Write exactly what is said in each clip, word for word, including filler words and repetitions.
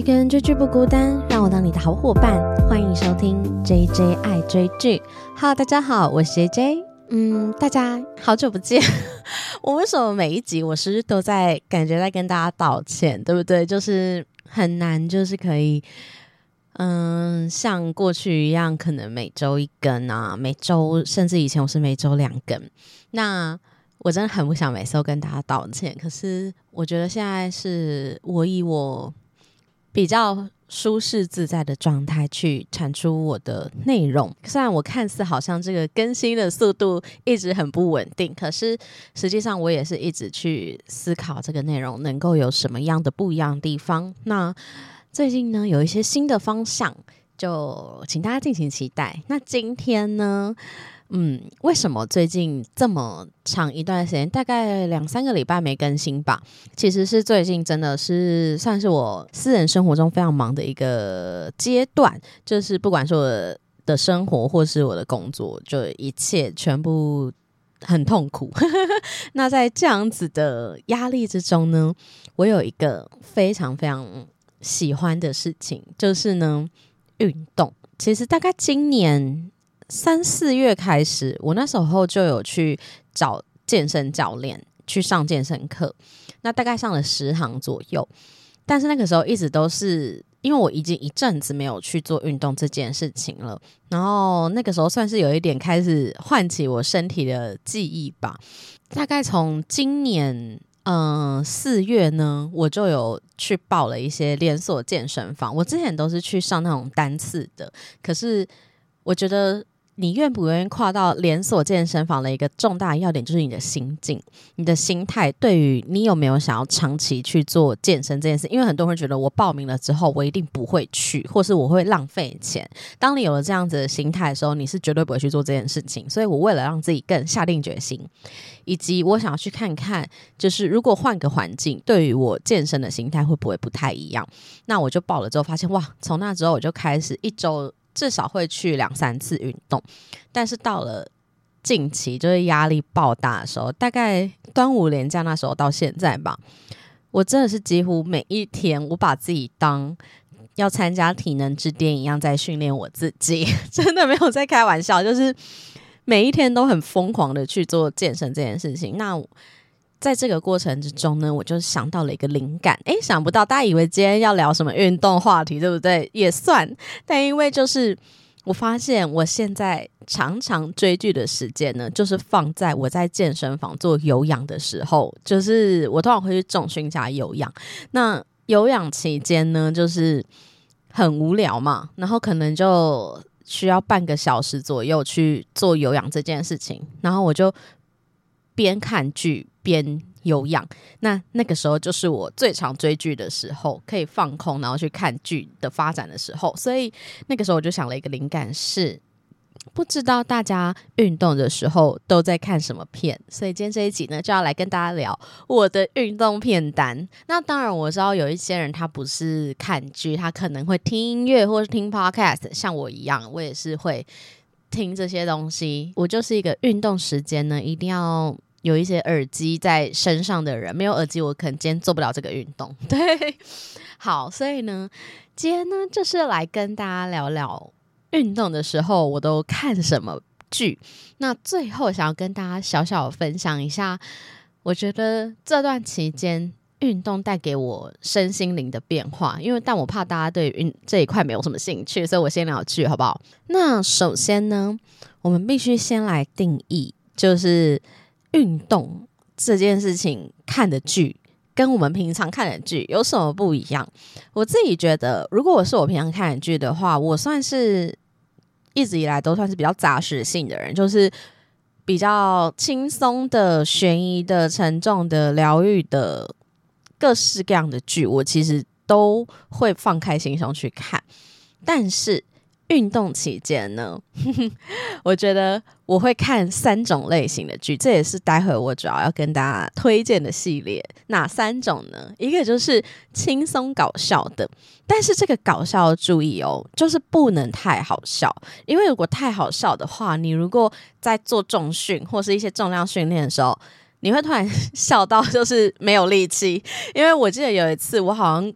个人追剧不孤单，让我当你的好伙伴。欢迎收听 J J 爱追剧。Hello， 大家好，我是 J J。嗯，大家好久不见。我为什么每一集我是不是都在感觉在跟大家道歉，对不对？就是很难，就是可以，嗯，像过去一样，可能每周一更啊，每周甚至以前我是每周两更。那我真的很不想每次都跟大家道歉，可是我觉得现在是我以我比较舒适自在的状态去产出我的内容。虽然我看似好像这个更新的速度一直很不稳定，可是实际上我也是一直去思考这个内容能够有什么样的不一样的地方。那最近呢有一些新的方向，就请大家敬请期待。那今天呢嗯，为什么最近这么长一段时间，大概两三个礼拜没更新吧？其实是最近真的是算是我私人生活中非常忙的一个阶段，就是不管是我的生活或是我的工作，就一切全部很痛苦。那在这样子的压力之中呢，我有一个非常非常喜欢的事情，就是呢运动。其实大概今年三四月开始，我那时候就有去找健身教练去上健身课，那大概上了十堂左右。但是那个时候一直都是因为我已经一阵子没有去做运动这件事情了，然后那个时候算是有一点开始唤起我身体的记忆吧。大概从今年嗯四月呢，我就有去报了一些连锁健身房。我之前都是去上那种单次的，可是我觉得你愿不愿意跨到连锁健身房的一个重大要点就是你的心境，你的心态，对于你有没有想要长期去做健身这件事。因为很多人会觉得我报名了之后我一定不会去，或是我会浪费钱。当你有了这样子的心态的时候，你是绝对不会去做这件事情。所以我为了让自己更下定决心，以及我想要去看看就是如果换个环境对于我健身的心态会不会不太一样，那我就报了之后发现，哇，从那之后我就开始一周至少会去两三次运动。但是到了近期就是压力爆大的时候，大概端午连假那时候到现在吧，我真的是几乎每一天我把自己当要参加体能之巅一样在训练我自己。真的没有在开玩笑，就是每一天都很疯狂的去做健身这件事情。那在这个过程之中呢，我就想到了一个灵感。诶，想不到大家以为今天要聊什么运动话题，对不对？也算，但因为就是我发现我现在常常追剧的时间呢，就是放在我在健身房做有氧的时候。就是我通常会去重训加有氧，那有氧期间呢就是很无聊嘛，然后可能就需要半个小时左右去做有氧这件事情，然后我就边看剧边有氧。那那个时候就是我最常追剧的时候，可以放空然后去看剧的发展的时候。所以那个时候我就想了一个灵感，是不知道大家运动的时候都在看什么片。所以今天这一集呢就要来跟大家聊我的运动片单。那当然我知道有一些人他不是看剧，他可能会听音乐或是听 podcast， 像我一样我也是会听这些东西。我就是一个运动时间呢一定要有一些耳机在身上的人，没有耳机我可能今天做不了这个运动。对，好，所以呢今天呢就是来跟大家聊聊运动的时候我都看什么剧。那最后想要跟大家小小分享一下，我觉得这段期间运动带给我身心灵的变化。因为但我怕大家对运这一块没有什么兴趣，所以我先聊剧好不好？那首先呢我们必须先来定义，就是运动这件事情看的剧跟我们平常看的剧有什么不一样。我自己觉得如果我是我平常看的剧的话，我算是一直以来都算是比较杂食性的人，就是比较轻松的、悬疑的、沉重的、疗愈的，各式各样的剧我其实都会放开心胸去看。但是运动期间呢我觉得我会看三种类型的剧，这也是待会我主要要跟大家推荐的系列。哪三种呢？一个就是轻松搞笑的，但是这个搞笑要注意哦，就是不能太好笑。因为如果太好笑的话，你如果在做重训或是一些重量训练的时候，你会突然笑到就是没有力气。因为我记得有一次我好像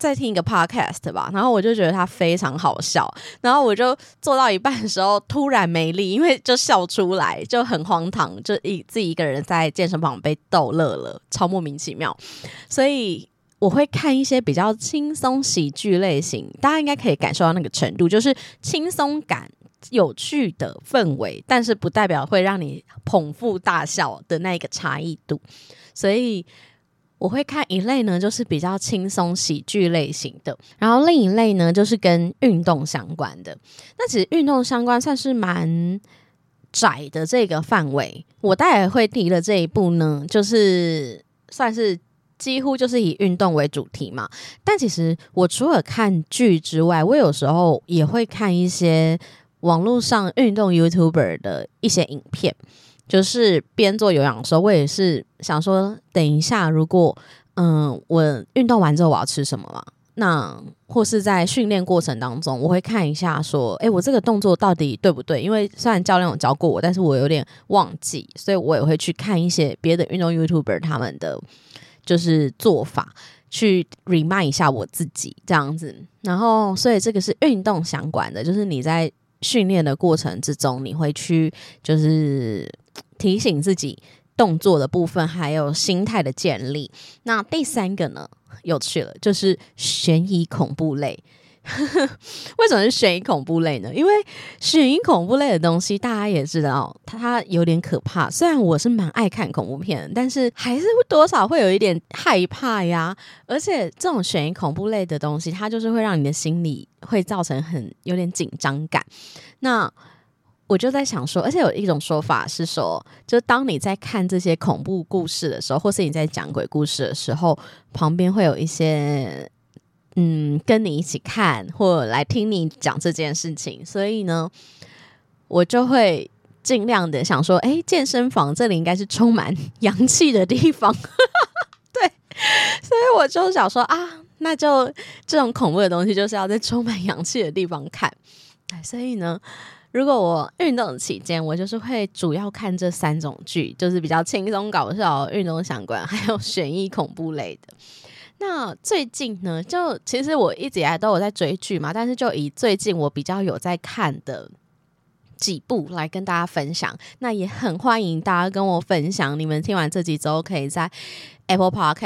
在听一个 podcast 吧，然后我就觉得他非常好笑，然后我就做到一半的时候突然没力，因为就笑出来，就很荒唐，就一自己一个人在健身房被逗乐了，超莫名其妙。所以我会看一些比较轻松喜剧类型，大家应该可以感受到那个程度，就是轻松感有趣的氛围，但是不代表会让你捧腹大笑的那个差异度。所以我会看一类呢，就是比较轻松喜剧类型的，然后另一类呢就是跟运动相关的。那其实运动相关算是蛮窄的这个范围，我待会会提的这一部呢，就是算是几乎就是以运动为主题嘛。但其实我除了看剧之外，我有时候也会看一些网络上运动 YouTuber 的一些影片，就是边做有氧的时候，我也是想说等一下如果嗯我运动完之后我要吃什么嘛，那或是在训练过程当中我会看一下说诶我这个动作到底对不对，因为虽然教练有教过我，但是我有点忘记，所以我也会去看一些别的运动 YouTuber 他们的就是做法，去 remind 一下我自己这样子。然后所以这个是运动相关的，就是你在训练的过程之中你会去就是提醒自己动作的部分还有心态的建立。那第三个呢有趣了，就是悬疑恐怖类为什么是悬疑恐怖类呢？因为悬疑恐怖类的东西大家也知道它有点可怕，虽然我是蛮爱看恐怖片的，但是还是多少会有一点害怕呀。而且这种悬疑恐怖类的东西它就是会让你的心理会造成很有点紧张感。那我就在想说，而且有一种说法是说，就当你在看这些恐怖故事的时候，或是你在讲鬼故事的时候，旁边会有一些嗯跟你一起看或来听你讲这件事情，所以呢我就会尽量的想说，诶健身房这里应该是充满阳气的地方对，所以我就想说啊，那就这种恐怖的东西就是要在充满阳气的地方看。所以呢如果我运动期间，我就是会主要看这三种剧，就是比较轻松搞笑、运动相关还有悬疑恐怖类的。那最近呢，就其实我一直以来都有在追剧嘛，但是就以最近我比较有在看的几部来跟大家分享。那也很欢迎大家跟我分享，你们听完这集之后可以在 Apple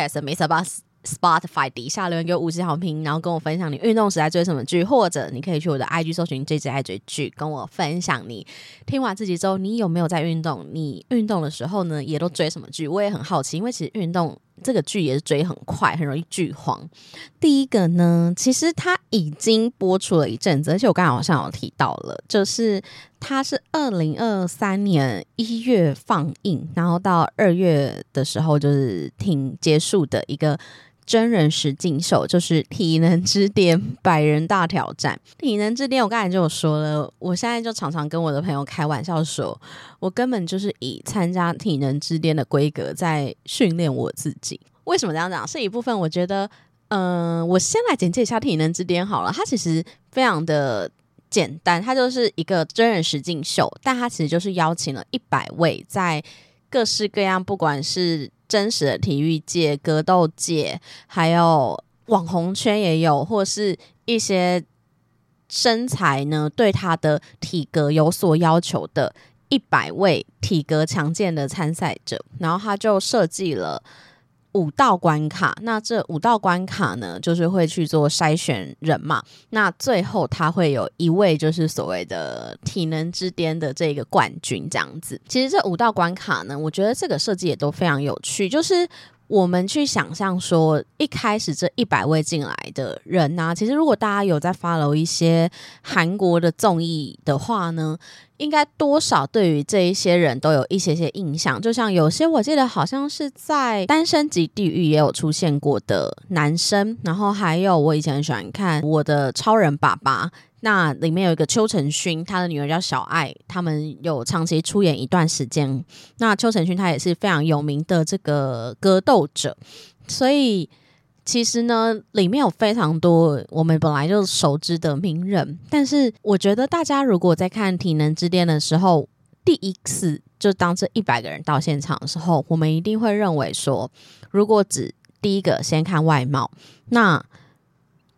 Podcast、MixerBox、Spotify 底下留言给我五星好评，然后跟我分享你运动时在追什么剧，或者你可以去我的 I G 搜寻 J J 爱追剧，跟我分享你听完这集之后你有没有在运动，你运动的时候呢也都追什么剧。我也很好奇，因为其实运动这个剧也是追很快，很容易剧荒。第一个呢，其实它已经播出了一阵子，而且我刚才好像有提到了，就是它是二零二三年一月放映，然后到二月的时候就是挺结束的一个真人实境秀，就是体能之巅百人大挑战。体能之巅我刚才就有说了，我现在就常常跟我的朋友开玩笑说，我根本就是以参加体能之巅的规格在训练我自己。为什么这样讲？是一部分我觉得嗯、呃，我先来简介一下体能之巅好了。它其实非常的简单，它就是一个真人实境秀，但它其实就是邀请了一百位在各式各样，不管是真实的体育界、格斗界，还有网红圈也有，或是一些身材呢对他的体格有所要求的一百位体格强健的参赛者，然后他就设计了五道关卡。那这五道关卡呢就是会去做筛选人嘛，那最后他会有一位就是所谓的体能之巅的这个冠军这样子。其实这五道关卡呢，我觉得这个设计也都非常有趣，就是我们去想象说一开始这一百位进来的人啊，其实如果大家有在 follow 一些韩国的综艺的话呢，应该多少对于这一些人都有一些些印象。就像有些我记得好像是在单身级地狱也有出现过的男生，然后还有我以前很喜欢看我的超人爸爸，那里面有一个邱成勋，他的女儿叫小爱，他们有长期出演一段时间。那邱成勋他也是非常有名的这个格斗者，所以其实呢里面有非常多我们本来就熟知的名人。但是我觉得大家如果在看体能之巅的时候，第一次就当这一百个人到现场的时候，我们一定会认为说，如果只第一个先看外貌，那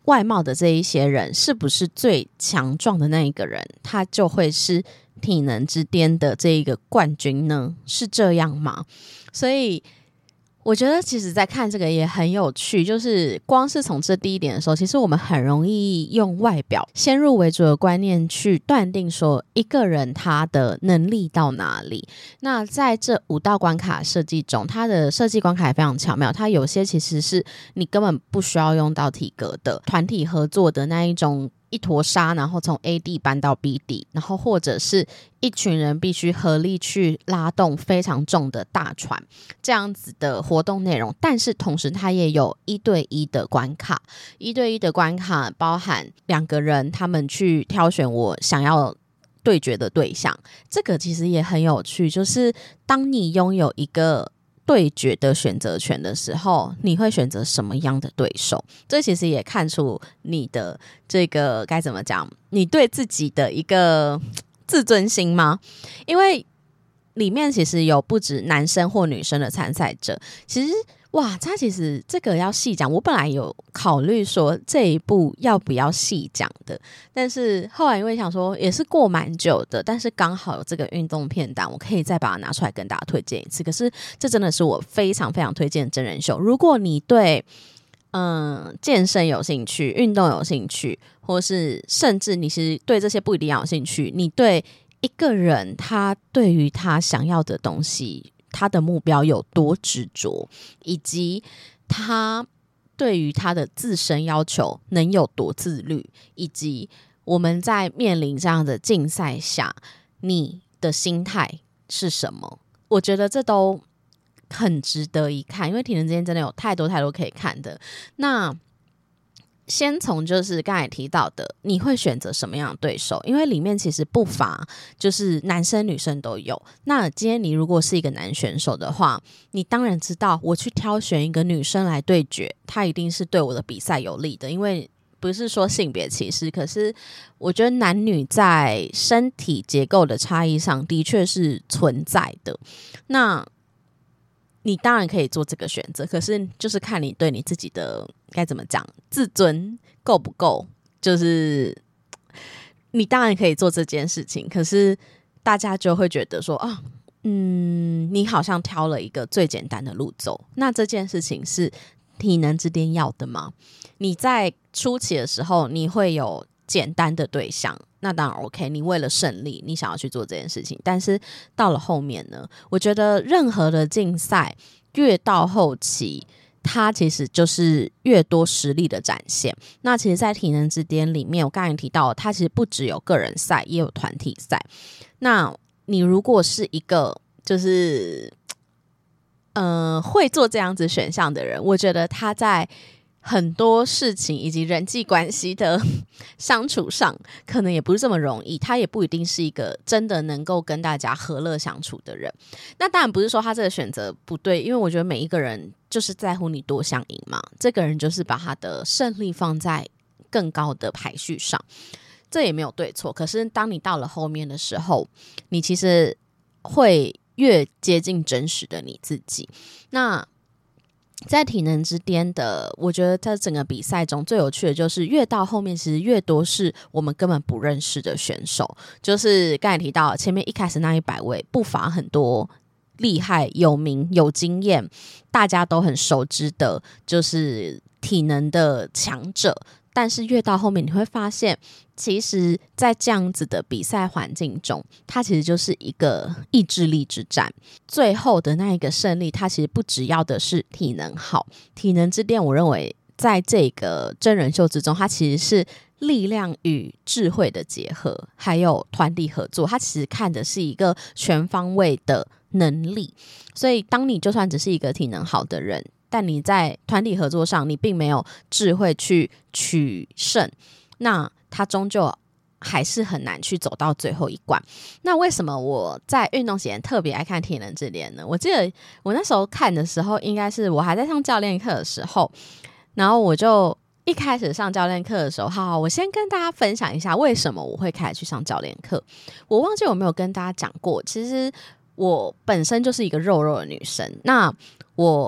外貌的这一些人是不是最强壮的那一个人，他就会是体能之巅的这一个冠军呢？是这样吗？所以我觉得其实在看这个也很有趣，就是光是从这第一点的时候，其实我们很容易用外表先入为主的观念去断定说一个人他的能力到哪里。那在这五道关卡设计中，它的设计关卡也非常巧妙，它有些其实是你根本不需要用到体格的，团体合作的那一种一坨沙，然后从 A 地搬到 B 地，然后或者是一群人必须合力去拉动非常重的大船，这样子的活动内容。但是同时它也有一对一的关卡，一对一的关卡包含两个人他们去挑选我想要对决的对象，这个其实也很有趣，就是当你拥有一个对决的选择权的时候，你会选择什么样的对手？这其实也看出你的这个该怎么讲，你对自己的一个自尊心吗？因为里面其实有不止男生或女生的参赛者，其实哇，他其实这个要细讲，我本来有考虑说这一部要不要细讲的，但是后来因为想说也是过蛮久的，但是刚好有这个运动片单，我可以再把它拿出来跟大家推荐一次。可是这真的是我非常非常推荐的真人秀，如果你对嗯健身有兴趣，运动有兴趣，或是甚至你是对这些不一定要有兴趣，你对一个人他对于他想要的东西，他的目标有多执着，以及他对于他的自身要求能有多自律，以及我们在面临这样的竞赛下你的心态是什么，我觉得这都很值得一看，因为体能之间真的有太多太多可以看的。那先从就是刚才提到的你会选择什么样的对手，因为里面其实不乏就是男生女生都有。那今天你如果是一个男选手的话，你当然知道我去挑选一个女生来对决，她一定是对我的比赛有利的，因为不是说性别歧视，可是我觉得男女在身体结构的差异上的确是存在的。那你当然可以做这个选择，可是就是看你对你自己的该怎么讲自尊够不够，就是你当然可以做这件事情，可是大家就会觉得说啊，嗯，你好像挑了一个最简单的路走。那这件事情是体能之巅要的吗？你在初期的时候你会有简单的对象，那当然 OK， 你为了胜利你想要去做这件事情，但是到了后面呢，我觉得任何的竞赛越到后期它其实就是越多实力的展现。那其实在体能之巅里面，我刚才提到它其实不只有个人赛也有团体赛。那你如果是一个就是呃会做这样子选项的人，我觉得他在很多事情以及人际关系的相处上可能也不是这么容易，他也不一定是一个真的能够跟大家和乐相处的人。那当然不是说他这个选择不对，因为我觉得每一个人就是在乎你多想赢嘛，这个人就是把他的胜利放在更高的排序上，这也没有对错。可是当你到了后面的时候，你其实会越接近真实的你自己。那在体能之巅的，我觉得在整个比赛中最有趣的就是越到后面其实越多是我们根本不认识的选手，就是刚才提到前面一开始那一百位不乏很多厉害有名有经验大家都很熟知的就是体能的强者，但是越到后面你会发现其实在这样子的比赛环境中，它其实就是一个意志力之战，最后的那一个胜利它其实不只要的是体能好。体能之巅我认为在这个真人秀之中，它其实是力量与智慧的结合，还有团体合作，它其实看的是一个全方位的能力。所以当你就算只是一个体能好的人，但你在团体合作上你并没有智慧去取胜，那它终究还是很难去走到最后一关。那为什么我在运动前特别爱看体能之巅呢？我记得我那时候看的时候应该是我还在上教练课的时候，然后我就一开始上教练课的时候，好好我先跟大家分享一下为什么我会开始去上教练课。我忘记我没有跟大家讲过，其实我本身就是一个肉肉的女生，那我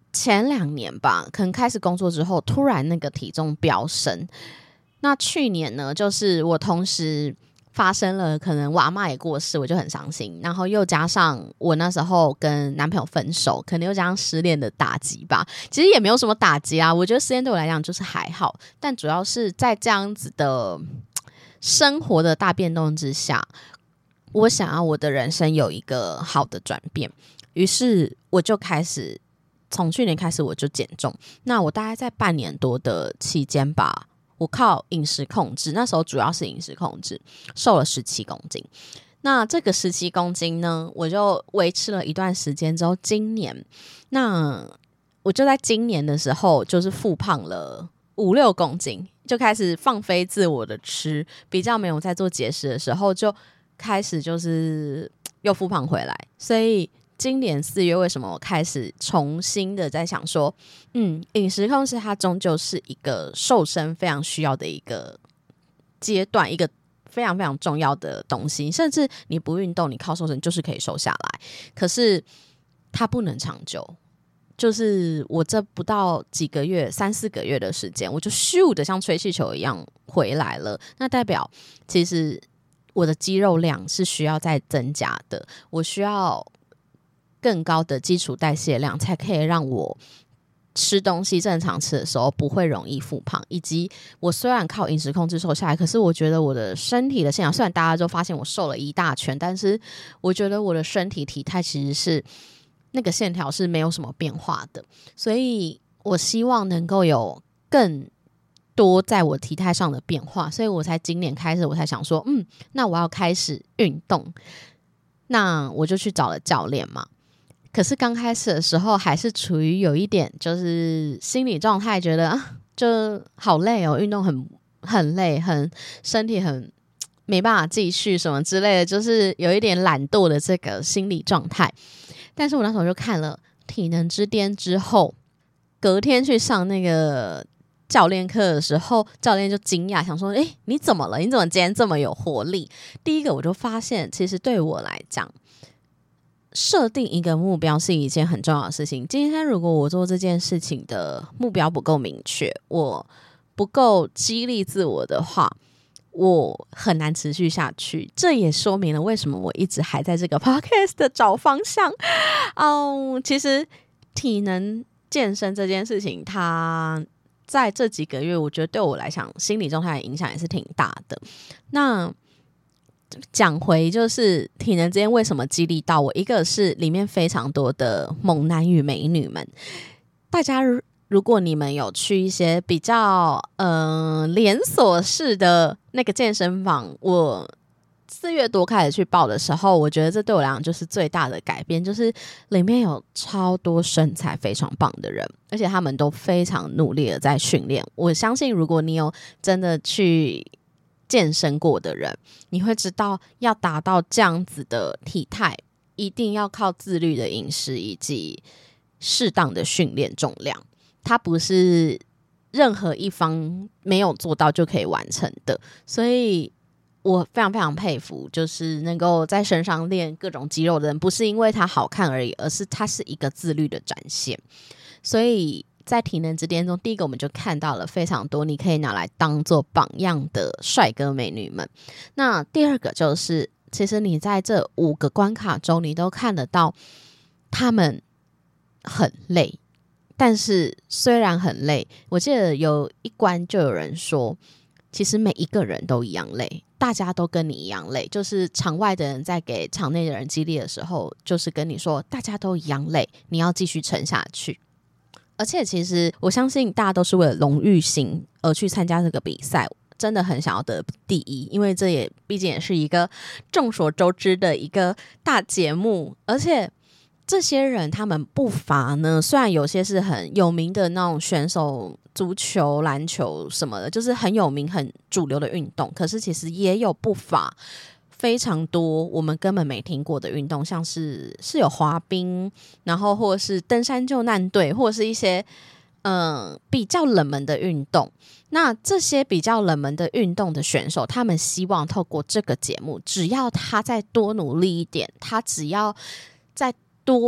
前两年吧，可能开始工作之后，突然那个体重飙升。那去年呢，就是我同时发生了可能我阿嬷也过世，我就很伤心，然后又加上我那时候跟男朋友分手，可能又加上失恋的打击吧。其实也没有什么打击啊，我觉得失恋对我来讲就是还好，但主要是在这样子的生活的大变动之下，我想要我的人生有一个好的转变，于是我就开始从去年开始我就减重。那我大概在半年多的期间吧，我靠饮食控制，那时候主要是饮食控制，瘦了十七公斤。那这个十七公斤呢，我就维持了一段时间之后，今年那我就在今年的时候就是复胖了五六公斤，就开始放飞自我的吃，比较没有在做节食的时候就开始就是又复胖回来。所以今年四月为什么我开始重新的在想说，嗯，饮食控制它终究是一个瘦身非常需要的一个阶段，一个非常非常重要的东西，甚至你不运动你靠瘦身就是可以瘦下来，可是它不能长久。就是我这不到几个月三四个月的时间，我就咻的像吹气球一样回来了，那代表其实我的肌肉量是需要再增加的，我需要更高的基础代谢量才可以让我吃东西正常吃的时候不会容易复胖，以及我虽然靠饮食控制瘦下来，可是我觉得我的身体的线条，虽然大家都发现我瘦了一大圈，但是我觉得我的身体体态其实是那个线条是没有什么变化的，所以我希望能够有更多在我体态上的变化，所以我才今年开始我才想说，嗯，那我要开始运动，那我就去找了教练嘛。可是刚开始的时候还是处于有一点就是心理状态觉得啊，就好累哦，运动很很累，很身体很没办法继续什么之类的，就是有一点懒惰的这个心理状态。但是我那时候就看了体能之巅之后，隔天去上那个教练课的时候，教练就惊讶想说，诶，你怎么了？你怎么今天这么有活力？第一个我就发现其实对我来讲，设定一个目标是一件很重要的事情。今天如果我做这件事情的目标不够明确，我不够激励自我的话，我很难持续下去。这也说明了为什么我一直还在这个 podcast 的找方向。嗯，其实体能健身这件事情，它在这几个月我觉得对我来讲心理状态的影响也是挺大的。那讲回就是体能之间为什么激励到我，一个是里面非常多的猛男与美女们，大家如果你们有去一些比较呃连锁式的那个健身房，我四月多开始去报的时候，我觉得这对我来讲就是最大的改变，就是里面有超多身材非常棒的人，而且他们都非常努力的在训练。我相信如果你有真的去健身过的人，你会知道要达到这样子的体态，一定要靠自律的饮食以及适当的训练重量，它不是任何一方没有做到就可以完成的。所以我非常非常佩服就是能够在身上练各种肌肉的人，不是因为他好看而已，而是他是一个自律的展现。所以在体能之巅中，第一个我们就看到了非常多你可以拿来当做榜样的帅哥美女们。那第二个就是其实你在这五个关卡中你都看得到他们很累，但是虽然很累，我记得有一关就有人说其实每一个人都一样累，大家都跟你一样累，就是场外的人在给场内的人激励的时候，就是跟你说大家都一样累，你要继续撑下去。而且其实我相信大家都是为了荣誉心而去参加这个比赛，真的很想要得第一，因为这也毕竟也是一个众所周知的一个大节目。而且这些人他们不乏呢，虽然有些是很有名的那种选手，足球篮球什么的，就是很有名很主流的运动，可是其实也有不乏非常多我们根本没听过的运动，像是是有滑冰，然后或者是登山救难队，或者是一些嗯、呃、比较冷门的运动。那这些比较冷门的运动的选手，他们希望透过这个节目，只要他再多努力一点，他只要再多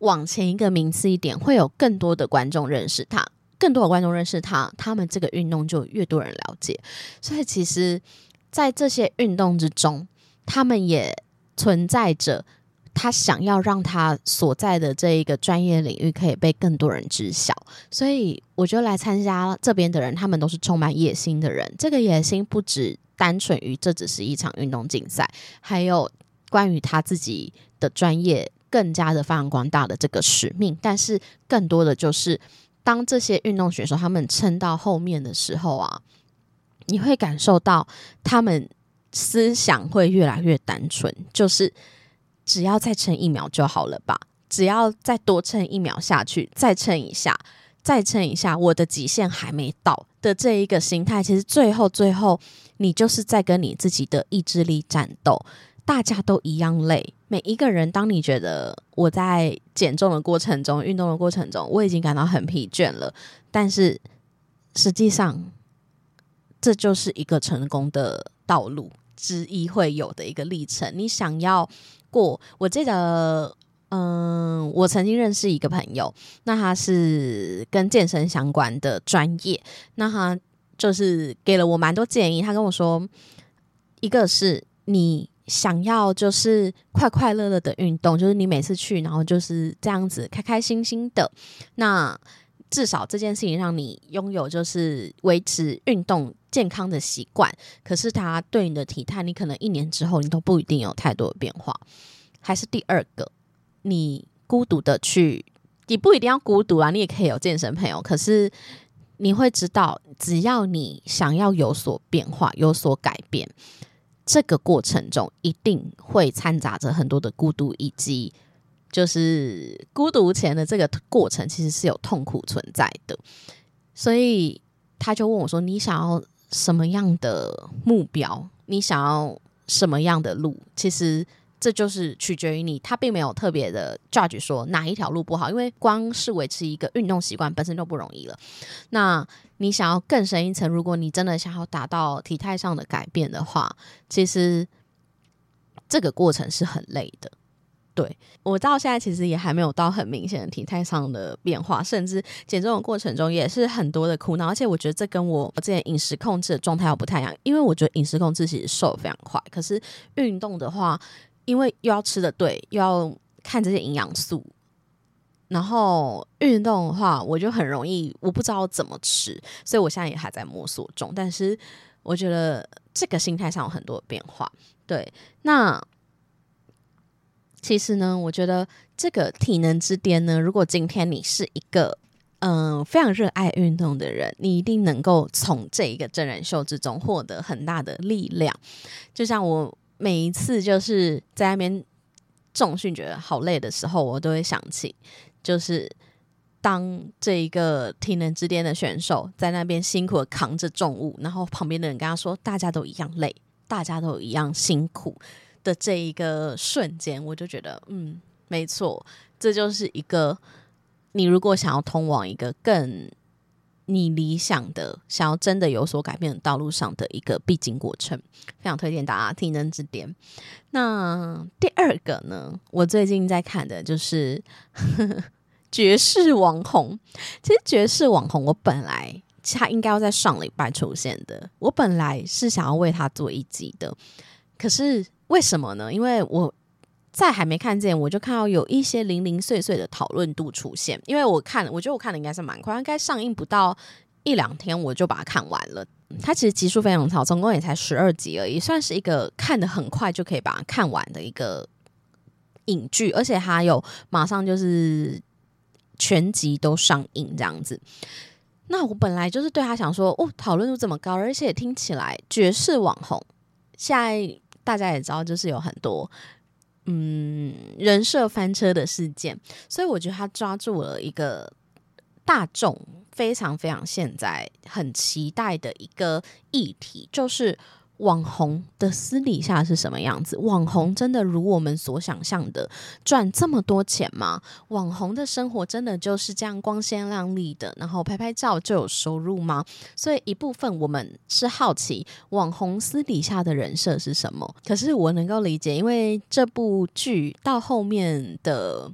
往前一个名次一点，会有更多的观众认识他，更多的观众认识他，他们这个运动就越多人了解。所以其实在这些运动之中，他们也存在着他想要让他所在的这一个专业领域可以被更多人知晓。所以我觉得来参加这边的人，他们都是充满野心的人。这个野心不只单纯于这只是一场运动竞赛，还有关于他自己的专业更加的发扬光大的这个使命。但是更多的就是当这些运动选手他们撑到后面的时候啊，你会感受到他们思想会越来越单纯，就是只要再撑一秒就好了吧，只要再多撑一秒下去，再撑一下再撑一下，我的极限还没到的这一个心态，其实最后最后你就是在跟你自己的意志力战斗。大家都一样累，每一个人当你觉得我在减重的过程中，运动的过程中，我已经感到很疲倦了，但是实际上这就是一个成功的道路之一会有的一个历程。你想要过，我记得嗯，我曾经认识一个朋友，那他是跟健身相关的专业，那他就是给了我蛮多建议。他跟我说，一个是你想要就是快快乐乐的运动，就是你每次去然后就是这样子开开心心的，那至少这件事情让你拥有就是维持运动健康的习惯，可是它对你的体态，你可能一年之后你都不一定有太多的变化。还是第二个，你孤独的去，你不一定要孤独啊，你也可以有健身朋友，可是你会知道只要你想要有所变化有所改变，这个过程中一定会掺杂着很多的孤独，以及就是孤独前的这个过程其实是有痛苦存在的。所以他就问我说，你想要什么样的目标，你想要什么样的路，其实这就是取决于你。他并没有特别的 judge 说哪一条路不好，因为光是维持一个运动习惯本身就不容易了。那你想要更深一层，如果你真的想要达到体态上的改变的话，其实这个过程是很累的。对，我到现在其实也还没有到很明显的体态上的变化，甚至减重的过程中也是很多的苦恼。而且我觉得这跟我之前饮食控制的状态又不太一样，因为我觉得饮食控制其实瘦得非常快，可是运动的话，因为又要吃的对，又要看这些营养素，然后运动的话我就很容易我不知道怎么吃，所以我现在也还在摸索中。但是我觉得这个心态上有很多的变化。对，那其实呢，我觉得这个体能之巅呢，如果今天你是一个嗯、呃、非常热爱运动的人，你一定能够从这一个真人秀之中获得很大的力量。就像我每一次就是在那边重训觉得好累的时候，我都会想起，就是当这一个体能之巅的选手在那边辛苦的扛着重物，然后旁边的人跟他说大家都一样累，大家都一样辛苦的这一个瞬间，我就觉得嗯，没错，这就是一个你如果想要通往一个更你理想的想要真的有所改变的道路上的一个必经过程。非常推荐大家体能之巅。那第二个呢，我最近在看的就是呵呵绝世网红。其实绝世网红我本来他应该要在上礼拜出现的，我本来是想要为他做一集的，可是为什么呢？因为我在还没看之前，我就看到有一些零零碎碎的讨论度出现。因为我看，我觉得我看的应该是蛮快，应该上映不到一两天我就把它看完了。它其实集数非常少，总共也才十二集而已，算是一个看得很快就可以把它看完的一个影剧，而且它有马上就是全集都上映这样子。那我本来就是对他想说，哦，讨论度这么高，而且听起来绝世网红，现在大家也知道，就是有很多嗯人设翻车的事件，所以我觉得他抓住了一个大众非常非常现在很期待的一个议题，就是网红的私底下是什么样子？网红真的如我们所想象的赚这么多钱吗？网红的生活真的就是这样光鲜亮丽的，然后拍拍照就有收入吗？所以一部分我们是好奇网红私底下的人设是什么。可是我能够理解，因为这部剧到后面的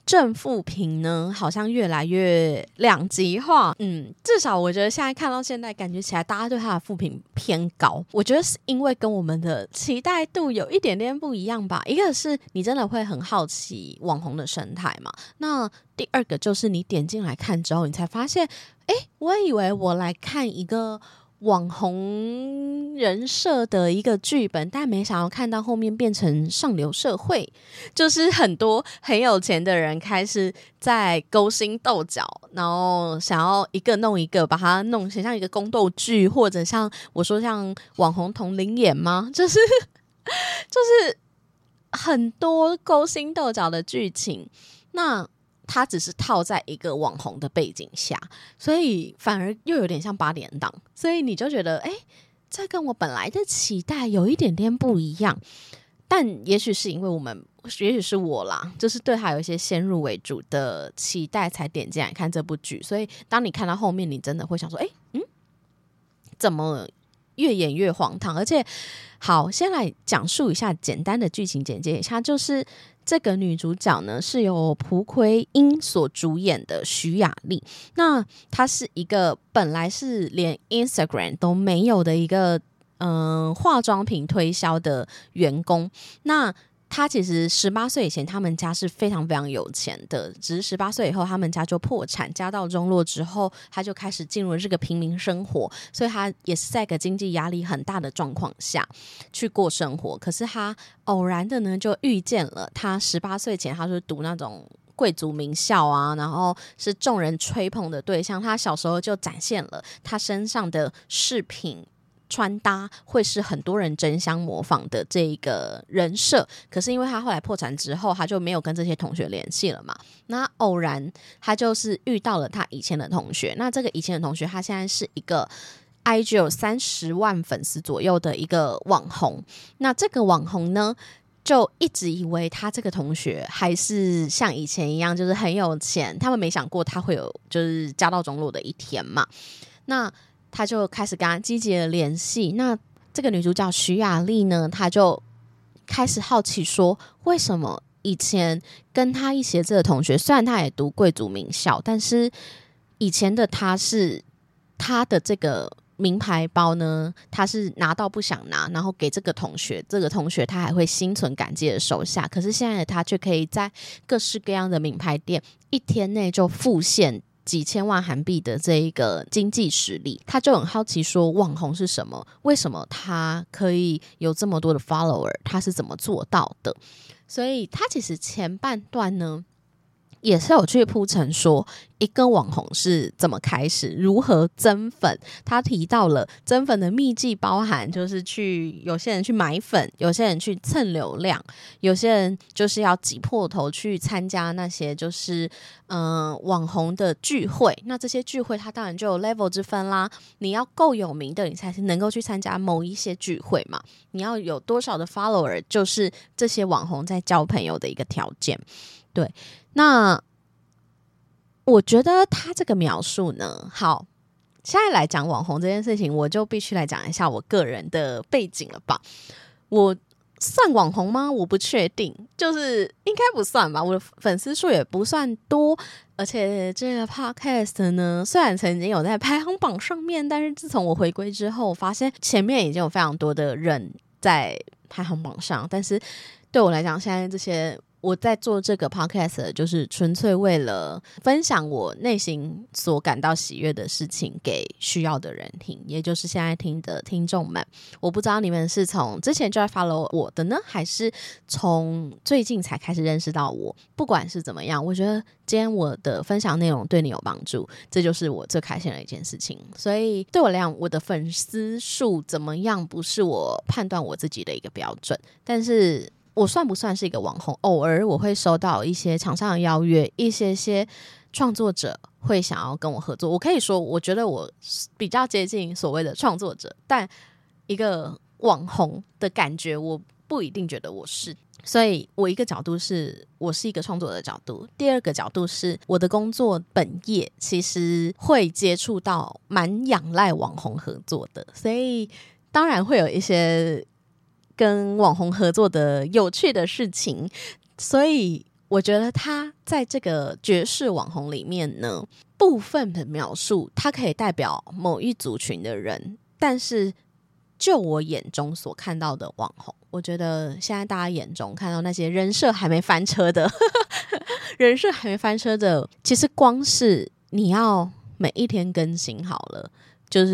正负评呢好像越来越两极化，嗯，至少我觉得现在看到现在感觉起来大家对他的负评偏高，我觉得是因为跟我们的期待度有一点点不一样吧。一个是你真的会很好奇网红的生态嘛，那第二个就是你点进来看之后你才发现，诶，我以为我来看一个网红人设的一个剧本，但没想到看到后面变成上流社会，就是很多很有钱的人开始在勾心斗角，然后想要一个弄一个把它弄成像一个宫斗剧，或者像我说像网红同龄眼吗，就是就是很多勾心斗角的剧情，那它只是套在一个网红的背景下，所以反而又有点像八点档，所以你就觉得哎，这跟我本来的期待有一点点不一样。但也许是因为我们也许是我啦，就是对他有一些先入为主的期待才点进来看这部剧，所以当你看到后面你真的会想说哎，嗯，怎么越演越荒唐。而且好，先来讲述一下简单的剧情简介一下，就是这个女主角呢是由朴奎英所主演的徐雅丽，那她是一个本来是连 Instagram 都没有的一个嗯、呃、化妆品推销的员工。那他其实十八岁以前他们家是非常非常有钱的，只是十八岁以后他们家就破产，家道中落之后他就开始进入了这个平民生活，所以他也是在一个经济压力很大的状况下去过生活。可是他偶然的呢就遇见了他十八岁前他是读那种贵族名校啊，然后是众人吹捧的对象，他小时候就展现了他身上的饰品穿搭会是很多人争相模仿的这一个人设。可是因为他后来破产之后他就没有跟这些同学联系了嘛，那偶然他就是遇到了他以前的同学，那这个以前的同学他现在是一个 I G 有三十万粉丝左右的一个网红，那这个网红呢就一直以为他这个同学还是像以前一样就是很有钱，他们没想过他会有就是家道中落的一天嘛，那他就开始跟他积极的联系。那这个女主角徐雅丽呢，她就开始好奇说，为什么以前跟他一起的这个同学，虽然他也读贵族名校，但是以前的他是他的这个名牌包呢，他是拿到不想拿，然后给这个同学，这个同学他还会心存感激的收下。可是现在的他却可以在各式各样的名牌店一天内就付现几千万韩币的这一个经济实力，他就很好奇说网红是什么，为什么他可以有这么多的 follower， 他是怎么做到的。所以他其实前半段呢也是有去铺陈说一个网红是怎么开始，如何增粉。他提到了增粉的秘籍包含就是去有些人去买粉，有些人去蹭流量，有些人就是要挤破头去参加那些就是嗯、呃、网红的聚会。那这些聚会它当然就有 level 之分啦，你要够有名的你才是能够去参加某一些聚会嘛，你要有多少的 follower 就是这些网红在交朋友的一个条件。对，那我觉得他这个描述呢，好，现在来讲网红这件事情，我就必须来讲一下我个人的背景了吧。我算网红吗？我不确定，就是应该不算吧，我的粉丝数也不算多，而且这个 podcast 呢，虽然曾经有在排行榜上面，但是自从我回归之后，我发现前面已经有非常多的人在排行榜上，但是对我来讲，现在这些我在做这个 podcast 就是纯粹为了分享我内心所感到喜悦的事情给需要的人听，也就是现在听的听众们。我不知道你们是从之前就在 follow 我的呢，还是从最近才开始认识到我。不管是怎么样，我觉得今天我的分享内容对你有帮助，这就是我最开心的一件事情。所以对我来讲，我的粉丝数怎么样不是我判断我自己的一个标准，但是我算不算是一个网红，偶尔我会收到一些厂商的邀约，一些些创作者会想要跟我合作。我可以说我觉得我比较接近所谓的创作者，但一个网红的感觉我不一定觉得我是。所以我一个角度是我是一个创作者的角度，第二个角度是我的工作本业其实会接触到蛮仰赖网红合作的，所以当然会有一些跟网红合作的有趣的事情，所以我觉得他在这个爵士网红里面呢，部分的描述他可以代表某一族群的人，但是就我眼中所看到的网红，我觉得现在大家眼中看到那些人设还没翻车的人设还没翻车的，其实光是你要每一天更新好了，就是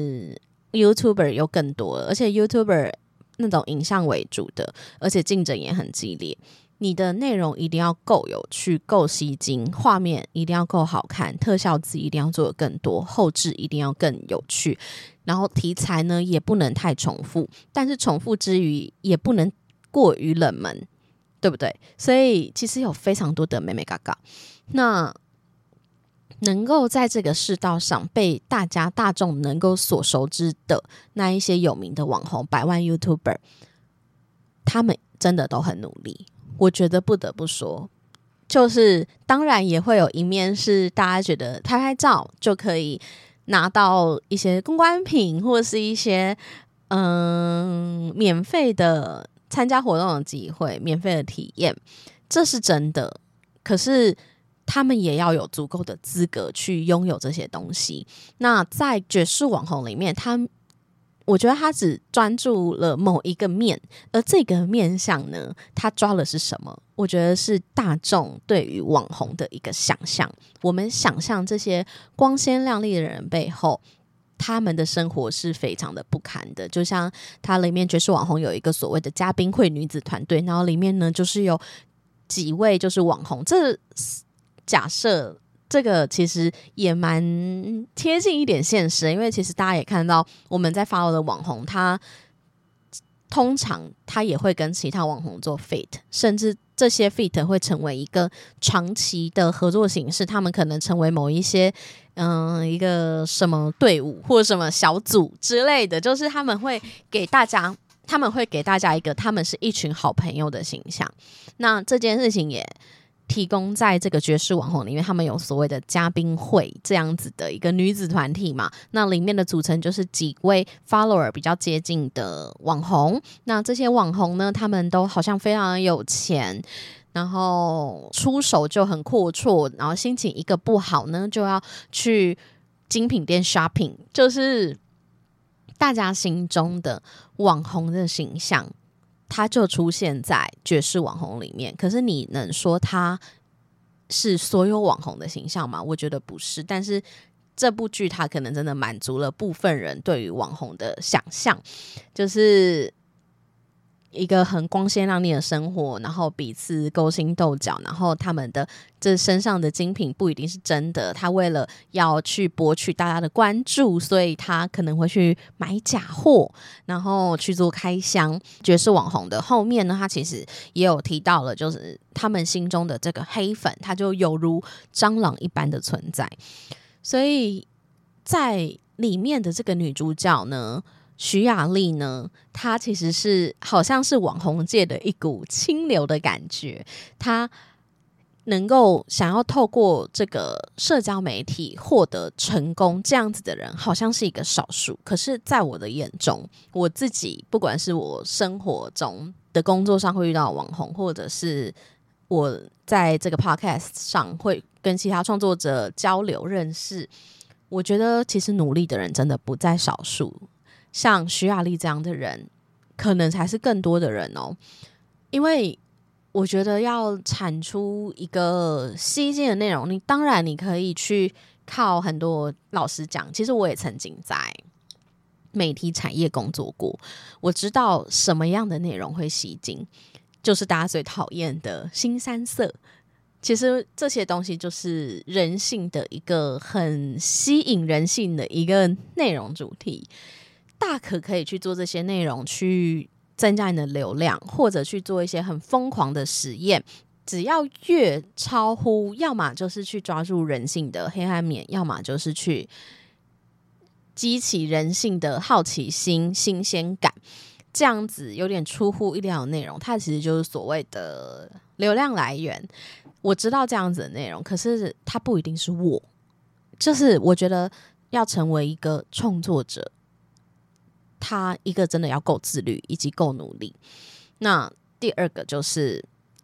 YouTuber 又更多了，而且 YouTuber 那种影像为主的，而且竞争也很激烈，你的内容一定要够有趣，够吸睛，画面一定要够好看，特效字一定要做得更多，后置一定要更有趣，然后题材呢也不能太重复，但是重复之余也不能过于冷门，对不对？所以其实有非常多的妹妹嘎嘎，那能够在这个世道上被大家大众能够所熟知的那一些有名的网红百万 YouTuber， 他们真的都很努力，我觉得不得不说，就是当然也会有一面是大家觉得拍拍照就可以拿到一些公关品或是一些嗯免费的参加活动的机会，免费的体验，这是真的，可是他们也要有足够的资格去拥有这些东西。那在爵士网红里面，他我觉得他只专注了某一个面，而这个面向呢，他抓的是什么？我觉得是大众对于网红的一个想象。我们想象这些光鲜亮丽的人背后，他们的生活是非常的不堪的。就像他里面爵士网红有一个所谓的嘉宾会女子团队，然后里面呢就是有几位就是网红，这假设这个其实也蛮贴近一点现实，因为其实大家也看到我们在 follow 的网红，他通常他也会跟其他网红做 feat， 甚至这些 feat 会成为一个长期的合作形式，他们可能成为某一些嗯、呃、一个什么队伍或者什么小组之类的，就是他们会给大家他们会给大家一个他们是一群好朋友的形象。那这件事情也提供在这个爵士网红里面，他们有所谓的嘉宾会这样子的一个女子团体嘛，那里面的组成就是几位 follower 比较接近的网红，那这些网红呢，他们都好像非常有钱，然后出手就很阔绰，然后心情一个不好呢就要去精品店 shopping， 就是大家心中的网红的形象它就出现在爵士网红里面。可是你能说它是所有网红的形象吗？我觉得不是，但是这部剧它可能真的满足了部分人对于网红的想象，就是一个很光鲜亮丽的生活，然后彼此勾心斗角，然后他们的这身上的精品不一定是真的，他为了要去博取大家的关注，所以他可能会去买假货，然后去做开箱。爵士网红的后面呢，他其实也有提到了，就是他们心中的这个黑粉，他就犹如蟑螂一般的存在。所以在里面的这个女主角呢，徐雅丽呢，她其实是好像是网红界的一股清流的感觉，她能够想要透过这个社交媒体获得成功，这样子的人好像是一个少数。可是在我的眼中，我自己不管是我生活中的工作上会遇到的网红，或者是我在这个 podcast 上会跟其他创作者交流认识，我觉得其实努力的人真的不在少数，像徐雅丽这样的人可能才是更多的人哦。因为我觉得要产出一个吸睛的内容，你当然你可以去靠很多，老实讲，其实我也曾经在媒体产业工作过，我知道什么样的内容会吸睛，就是大家最讨厌的新三色。其实这些东西就是人性的一个很吸引人性的一个内容主题，大可可以去做这些内容去增加你的流量，或者去做一些很疯狂的实验，只要越超乎，要么就是去抓住人性的黑暗面，要么就是去激起人性的好奇心、新鲜感，这样子有点出乎意料的内容，它其实就是所谓的流量来源。我知道这样子的内容，可是它不一定是我，就是我觉得要成为一个创作者，他一个真的要够自律以及够努力。那第二个就是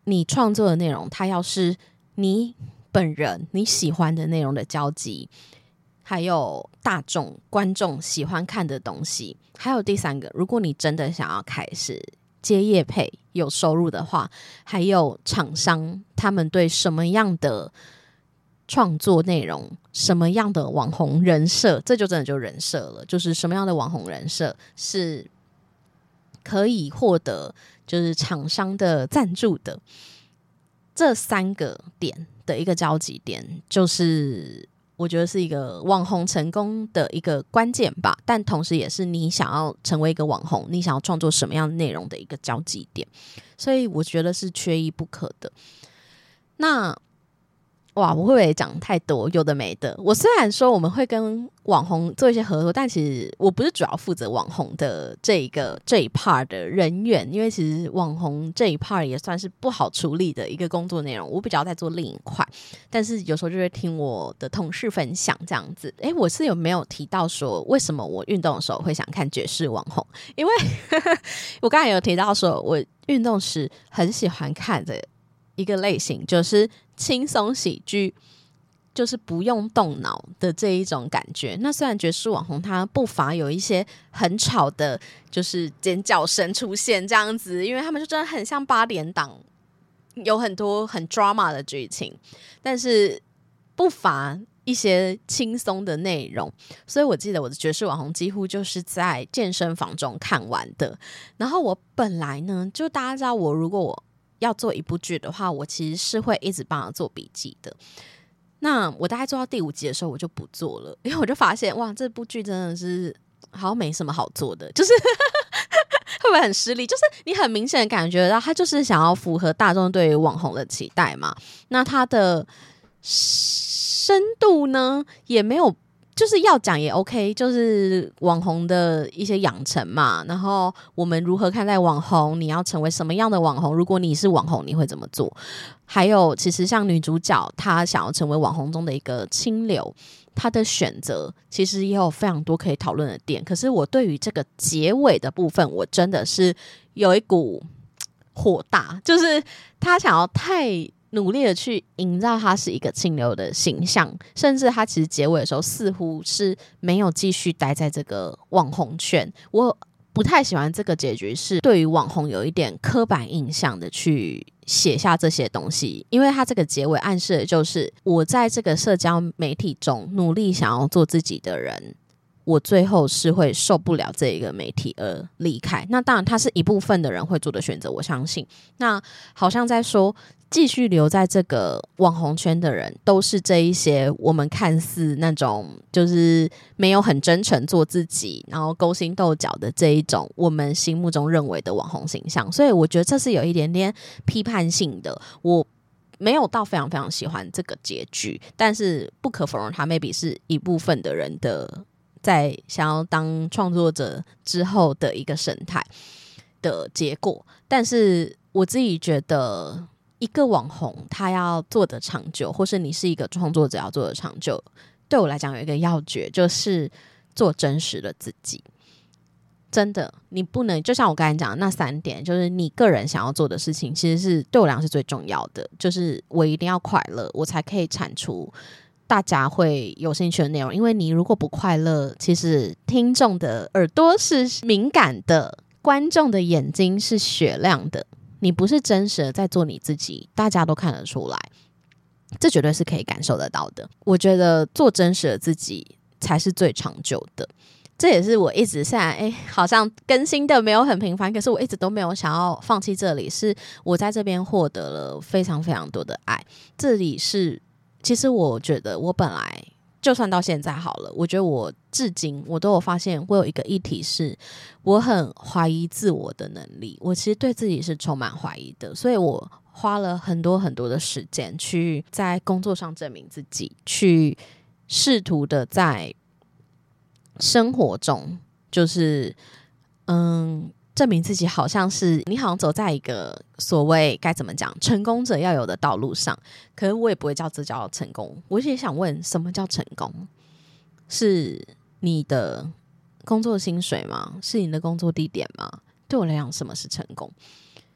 你创作的内容它要是你本人你喜欢的内容的交集，还有大众观众喜欢看的东西，还有第三个，如果你真的想要开始接业配有收入的话，还有厂商他们对什么样的创作内容，什么样的网红人设，这就真的就人设了，就是什么样的网红人设是可以获得就是厂商的赞助的，这三个点的一个交集点，就是我觉得是一个网红成功的一个关键吧，但同时也是你想要成为一个网红，你想要创作什么样的内容的一个交集点，所以我觉得是缺一不可的。那哇，我会不会讲太多有的没的？我虽然说我们会跟网红做一些合作，但其实我不是主要负责网红的这一个这一 part 的人员，因为其实网红这一 part 也算是不好处理的一个工作内容，我比较在做另一块，但是有时候就会听我的同事分享这样子。诶，我是有没有提到说为什么我运动的时候会想看爵士网红？因为我刚才有提到说我运动时很喜欢看的一个类型就是轻松喜剧，就是不用动脑的这一种感觉。那虽然爵士网红它不乏有一些很吵的就是尖叫声出现这样子，因为他们就真的很像八点档，有很多很 drama 的剧情，但是不乏一些轻松的内容，所以我记得我的爵士网红几乎就是在健身房中看完的。然后我本来呢，就大家知道我如果我要做一部剧的话，我其实是会一直帮他做笔记的。那我大概做到第五集的时候我就不做了，因为我就发现哇，这部剧真的是好像没什么好做的，就是会不会很失礼，就是你很明显的感觉到他就是想要符合大众对于网红的期待嘛，那他的深度呢也没有，就是要讲也 OK， 就是网红的一些养成嘛，然后我们如何看待网红，你要成为什么样的网红，如果你是网红你会怎么做，还有其实像女主角她想要成为网红中的一个清流，她的选择其实也有非常多可以讨论的点，可是我对于这个结尾的部分我真的是有一股火大，就是她想要太努力的去营造他是一个清流的形象，甚至他其实结尾的时候似乎是没有继续待在这个网红圈。我不太喜欢这个结局，是对于网红有一点刻板印象的去写下这些东西，因为他这个结尾暗示的就是我在这个社交媒体中努力想要做自己的人，我最后是会受不了这一个媒体而离开。那当然他是一部分的人会做的选择，我相信。那好像在说继续留在这个网红圈的人都是这一些我们看似那种就是没有很真诚做自己，然后勾心斗角的这一种我们心目中认为的网红形象，所以我觉得这是有一点点批判性的。我没有到非常非常喜欢这个结局，但是不可否认它 maybe 是一部分的人的在想要当创作者之后的一个生态的结果。但是我自己觉得一个网红他要做的长久，或是你是一个创作者要做的长久，对我来讲有一个要诀，就是做真实的自己。真的你不能就像我刚才讲的那三点，就是你个人想要做的事情其实是对我来讲是最重要的，就是我一定要快乐，我才可以产出大家会有兴趣的内容。因为你如果不快乐，其实听众的耳朵是敏感的，观众的眼睛是雪亮的，你不是真实的在做你自己，大家都看得出来，这绝对是可以感受得到的。我觉得做真实的自己才是最长久的，这也是我一直现在哎，好像更新的没有很频繁，可是我一直都没有想要放弃这里，是我在这边获得了非常非常多的爱。这里是其实我觉得我本来就算到现在好了，我觉得我至今我都有发现我有一个议题是我很怀疑自我的能力，我其实对自己是充满怀疑的，所以我花了很多很多的时间去在工作上证明自己，去试图的在生活中就是嗯证明自己好像是你好像走在一个所谓该怎么讲成功者要有的道路上，可是我也不会叫这叫成功。我也想问什么叫成功？是你的工作薪水吗？是你的工作地点吗？对我来讲什么是成功？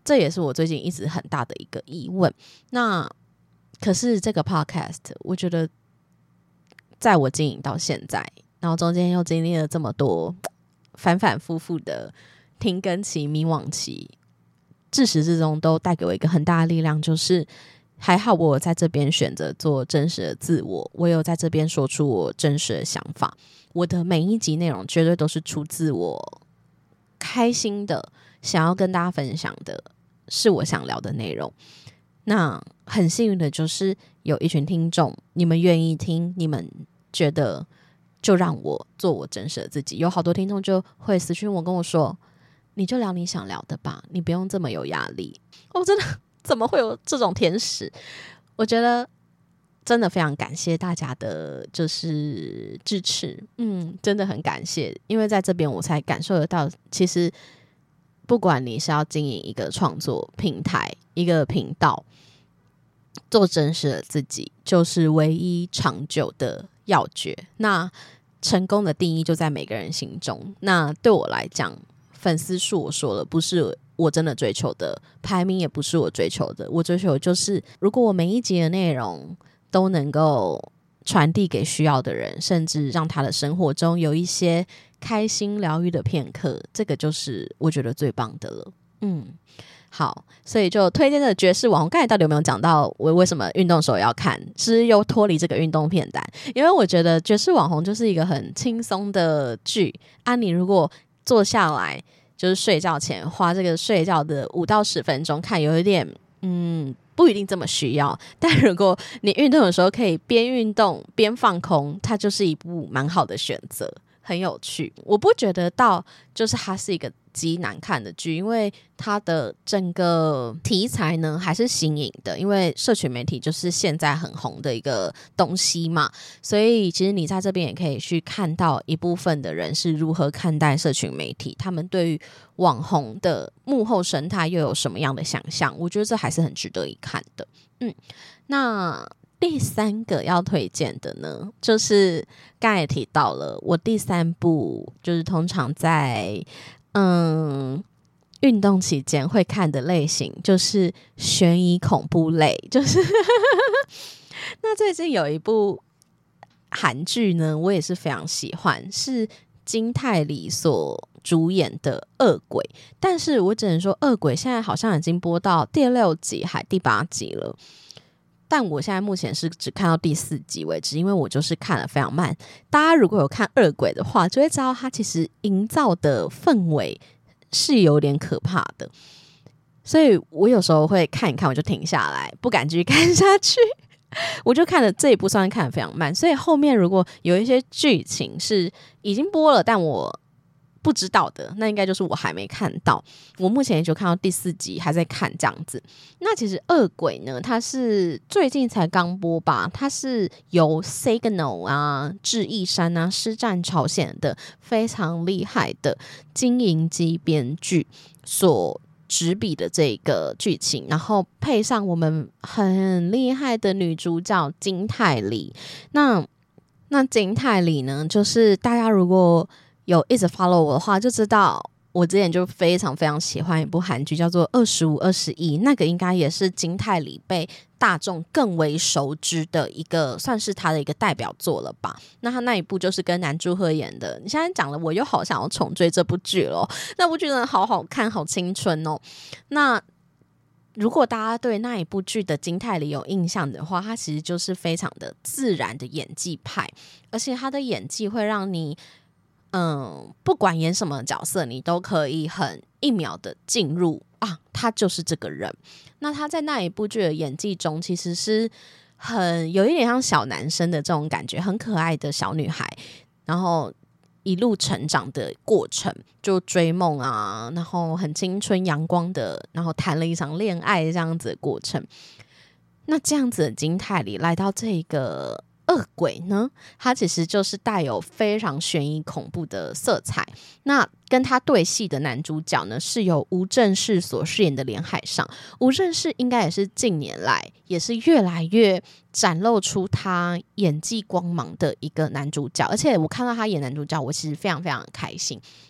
这也是我最近一直很大的一个疑问。那可是这个 podcast 我觉得在我经营到现在，然后中间又经历了这么多反反复复的停更期、迷惘期，自始至终都带给我一个很大的力量，就是还好我有在这边选择做真实的自我，我有在这边说出我真实的想法，我的每一集内容绝对都是出自我开心的，想要跟大家分享的，是我想聊的内容。那很幸运的就是有一群听众，你们愿意听，你们觉得就让我做我真实的自己。有好多听众就会私讯我跟我说，你就聊你想聊的吧，你不用这么有压力。哦，真的怎么会有这种天使？我觉得真的非常感谢大家的就是支持，嗯，真的很感谢，因为在这边我才感受得到，其实不管你是要经营一个创作平台、一个频道，做真实的自己就是唯一长久的要诀。那成功的定义就在每个人心中。那对我来讲，粉丝数我说了不是我真的追求的，排名也不是我追求的，我追求的就是如果我每一集的内容都能够传递给需要的人，甚至让他的生活中有一些开心疗愈的片刻，这个就是我觉得最棒的了。嗯，好，所以就推荐的爵士网红，刚才到底有没有讲到我为什么运动的时候要看，是又脱离这个运动片单？因为我觉得爵士网红就是一个很轻松的剧啊，你如果坐下来就是睡觉前花这个睡觉的五到十分钟看，有一点嗯不一定这么需要，但如果你运动的时候可以边运动边放空，它就是一部蛮好的选择，很有趣。我不觉得到就是它是一个极难看的剧，因为它的整个题材呢还是新颖的，因为社群媒体就是现在很红的一个东西嘛，所以其实你在这边也可以去看到一部分的人是如何看待社群媒体，他们对于网红的幕后生态又有什么样的想象，我觉得这还是很值得一看的。嗯，那第三个要推荐的呢，就是刚才也提到了，我第三部就是通常在嗯运动期间会看的类型，就是悬疑恐怖类，就是那最近有一部韩剧呢，我也是非常喜欢，是金泰梨所主演的《恶鬼》，但是我只能说，《恶鬼》现在好像已经播到第六集还第八集了。但我现在目前是只看到第四集为止，因为我就是看得非常慢。大家如果有看恶鬼的话，就会知道它其实营造的氛围是有点可怕的，所以我有时候会看一看我就停下来，不敢继续看下去。我就看了这一部算是看得非常慢，所以后面如果有一些剧情是已经播了但我不知道的，那应该就是我还没看到。我目前也就看到第四集还在看这样子。那其实恶鬼呢，它是最近才刚播吧，它是由 Signal 啊、智异山啊、师战朝鲜的非常厉害的金银姬编剧所执笔的这个剧情，然后配上我们很厉害的女主角金泰梨。那那金泰梨呢，就是大家如果有一直 follow 我的话，就知道我之前就非常非常喜欢一部韩剧叫做《二十五二十一》，那个应该也是金泰梨被大众更为熟知的一个，算是他的一个代表作了吧。那他那一部就是跟南柱赫演的，你现在讲了我又好想要重追这部剧了，那部剧真的好好看，好青春哦。那如果大家对那一部剧的金泰梨有印象的话，他其实就是非常的自然的演技派，而且他的演技会让你嗯，不管演什么角色，你都可以很一秒的进入啊，他就是这个人。那他在那一部剧的演技中，其实是很有一点像小男生的这种感觉，很可爱的小女孩，然后一路成长的过程，就追梦啊，然后很青春阳光的，然后谈了一场恋爱这样子的过程。那这样子的金泰梨来到这个恶鬼呢，它其实就是带有非常悬疑恐怖的色彩。那跟他对戏的男主角呢，是由吴正式所饰演的连海上。吴正式应该也是近年来也是越来越展露出他演技光芒的一个男主角，而且我看到他演男主角，我其实非常非常开心。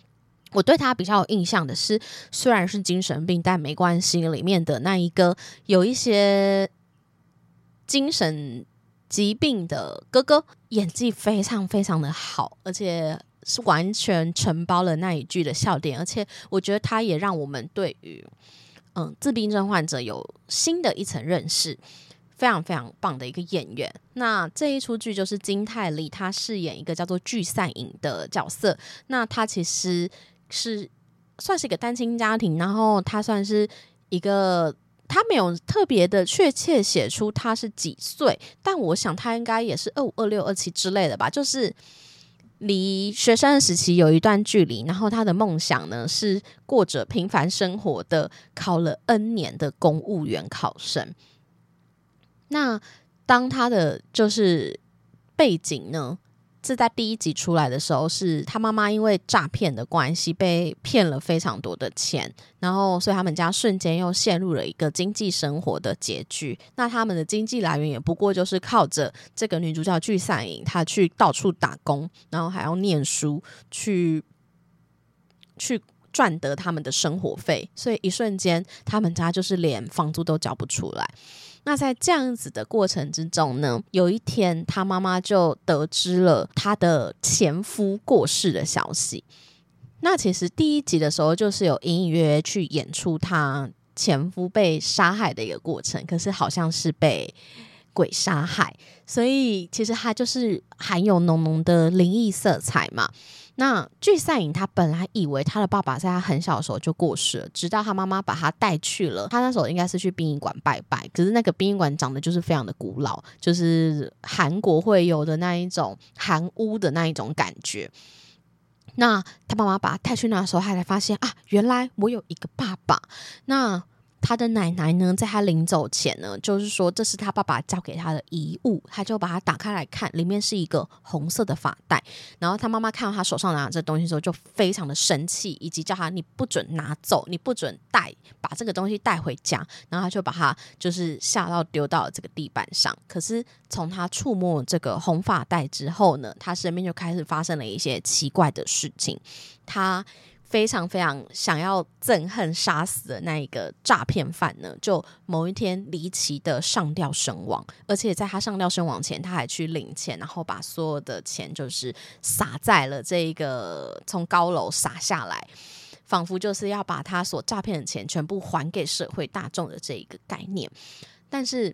我对他比较有印象的是，虽然是精神病但没关系里面的那一个有一些精神疾病的哥哥，演技非常非常的好，而且是完全承包了那一句的笑点，而且我觉得他也让我们对于嗯自闭症患者有新的一层认识，非常非常棒的一个演员。那这一出剧就是金泰梨，他饰演一个叫做具善颖的角色。那他其实是算是一个单亲家庭，然后他算是一个，他没有特别的确切写出他是几岁，但我想他应该也是二五、二六、二七之类的吧，就是离学生的时期有一段距离。然后他的梦想呢是过着平凡生活的考了 N 年的公务员考生。那当他的就是背景呢是在第一集出来的时候，是他妈妈因为诈骗的关系被骗了非常多的钱，然后所以他们家瞬间又陷入了一个经济生活的拮据。那他们的经济来源也不过就是靠着这个女主角具善颖，她去到处打工，然后还要念书，去去赚得他们的生活费，所以一瞬间他们家就是连房租都交不出来。那在这样子的过程之中呢，有一天他妈妈就得知了他的前夫过世的消息。那其实第一集的时候就是有隐隐约约去演出他前夫被杀害的一个过程，可是好像是被鬼杀害，所以其实他就是含有浓浓的灵异色彩嘛。那具善颖他本来以为他的爸爸在他很小的时候就过世了，直到他妈妈把他带去了，他那时候应该是去殡仪馆拜拜，可是那个殡仪馆长得就是非常的古老，就是韩国会有的那一种韩屋的那一种感觉。那他妈妈把他带去那的时候，他才发现啊，原来我有一个爸爸。那他的奶奶呢，在他临走前呢，就是说这是他爸爸交给他的遗物，他就把它打开来看，里面是一个红色的发带。然后他妈妈看到他手上拿这东西的时候就非常的生气，以及叫他你不准拿走，你不准带，把这个东西带回家。然后他就把他就是吓到丢到了这个地板上。可是从他触摸这个红发带之后呢，他身边就开始发生了一些奇怪的事情。他非常非常想要憎恨杀死的那一个诈骗犯呢，就某一天离奇的上吊身亡。而且在他上吊身亡前，他还去领钱，然后把所有的钱就是撒在了这一个从高楼撒下来，仿佛就是要把他所诈骗的钱全部还给社会大众的这一个概念。但是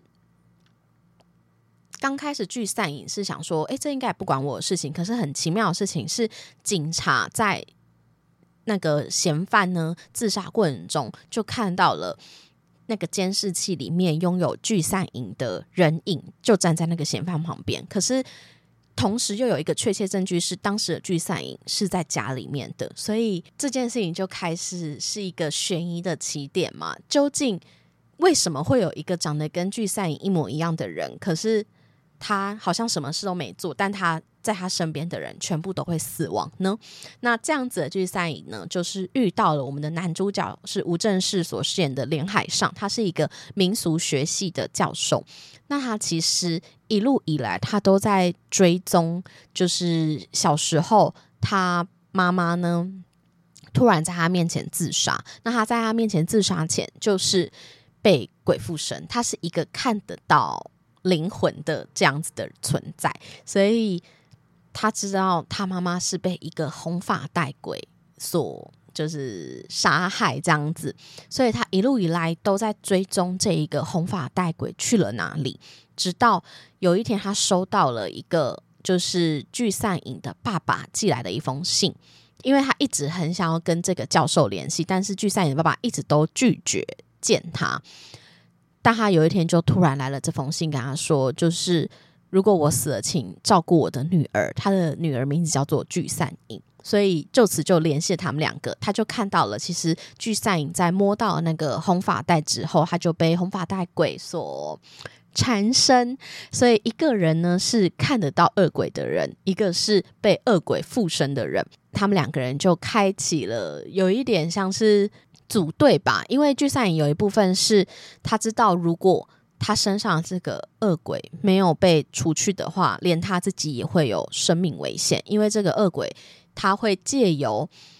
刚开始具善颖是想说，哎，这应该也不关我的事情。可是很奇妙的事情是，警察在那个嫌犯呢自杀过程中就看到了那个监视器里面拥有具善颖的人影，就站在那个嫌犯旁边。可是同时又有一个确切证据是当时的具善颖是在家里面的，所以这件事情就开始是一个悬疑的起点嘛。究竟为什么会有一个长得跟具善颖一模一样的人，可是他好像什么事都没做，但他在他身边的人全部都会死亡呢？那这样子的具善颖呢，就是遇到了我们的男主角是吴正式所饰演的连海上，他是一个民俗学系的教授。那他其实一路以来他都在追踪，就是小时候他妈妈呢突然在他面前自杀，那他在他面前自杀前就是被鬼附身，他是一个看得到灵魂的这样子的存在，所以他知道他妈妈是被一个红发带鬼所就是杀害这样子，所以他一路以来都在追踪这一个红发带鬼去了哪里。直到有一天他收到了一个就是具善颖的爸爸寄来的一封信，因为他一直很想要跟这个教授联系，但是具善颖的爸爸一直都拒绝见他。但他有一天就突然来了这封信，跟他说就是如果我死了请照顾我的女儿，他的女儿名字叫做具善颖。所以就此就联系他们两个，他就看到了其实具善颖在摸到那个红发带之后，他就被红发带鬼所缠身。所以一个人呢是看得到恶鬼的人，一个是被恶鬼附身的人，他们两个人就开启了有一点像是组队吧。因为具善颖有一部分是他知道如果他身上这个恶鬼没有被除去的话，连他自己也会有生命危险，因为这个恶鬼他会借由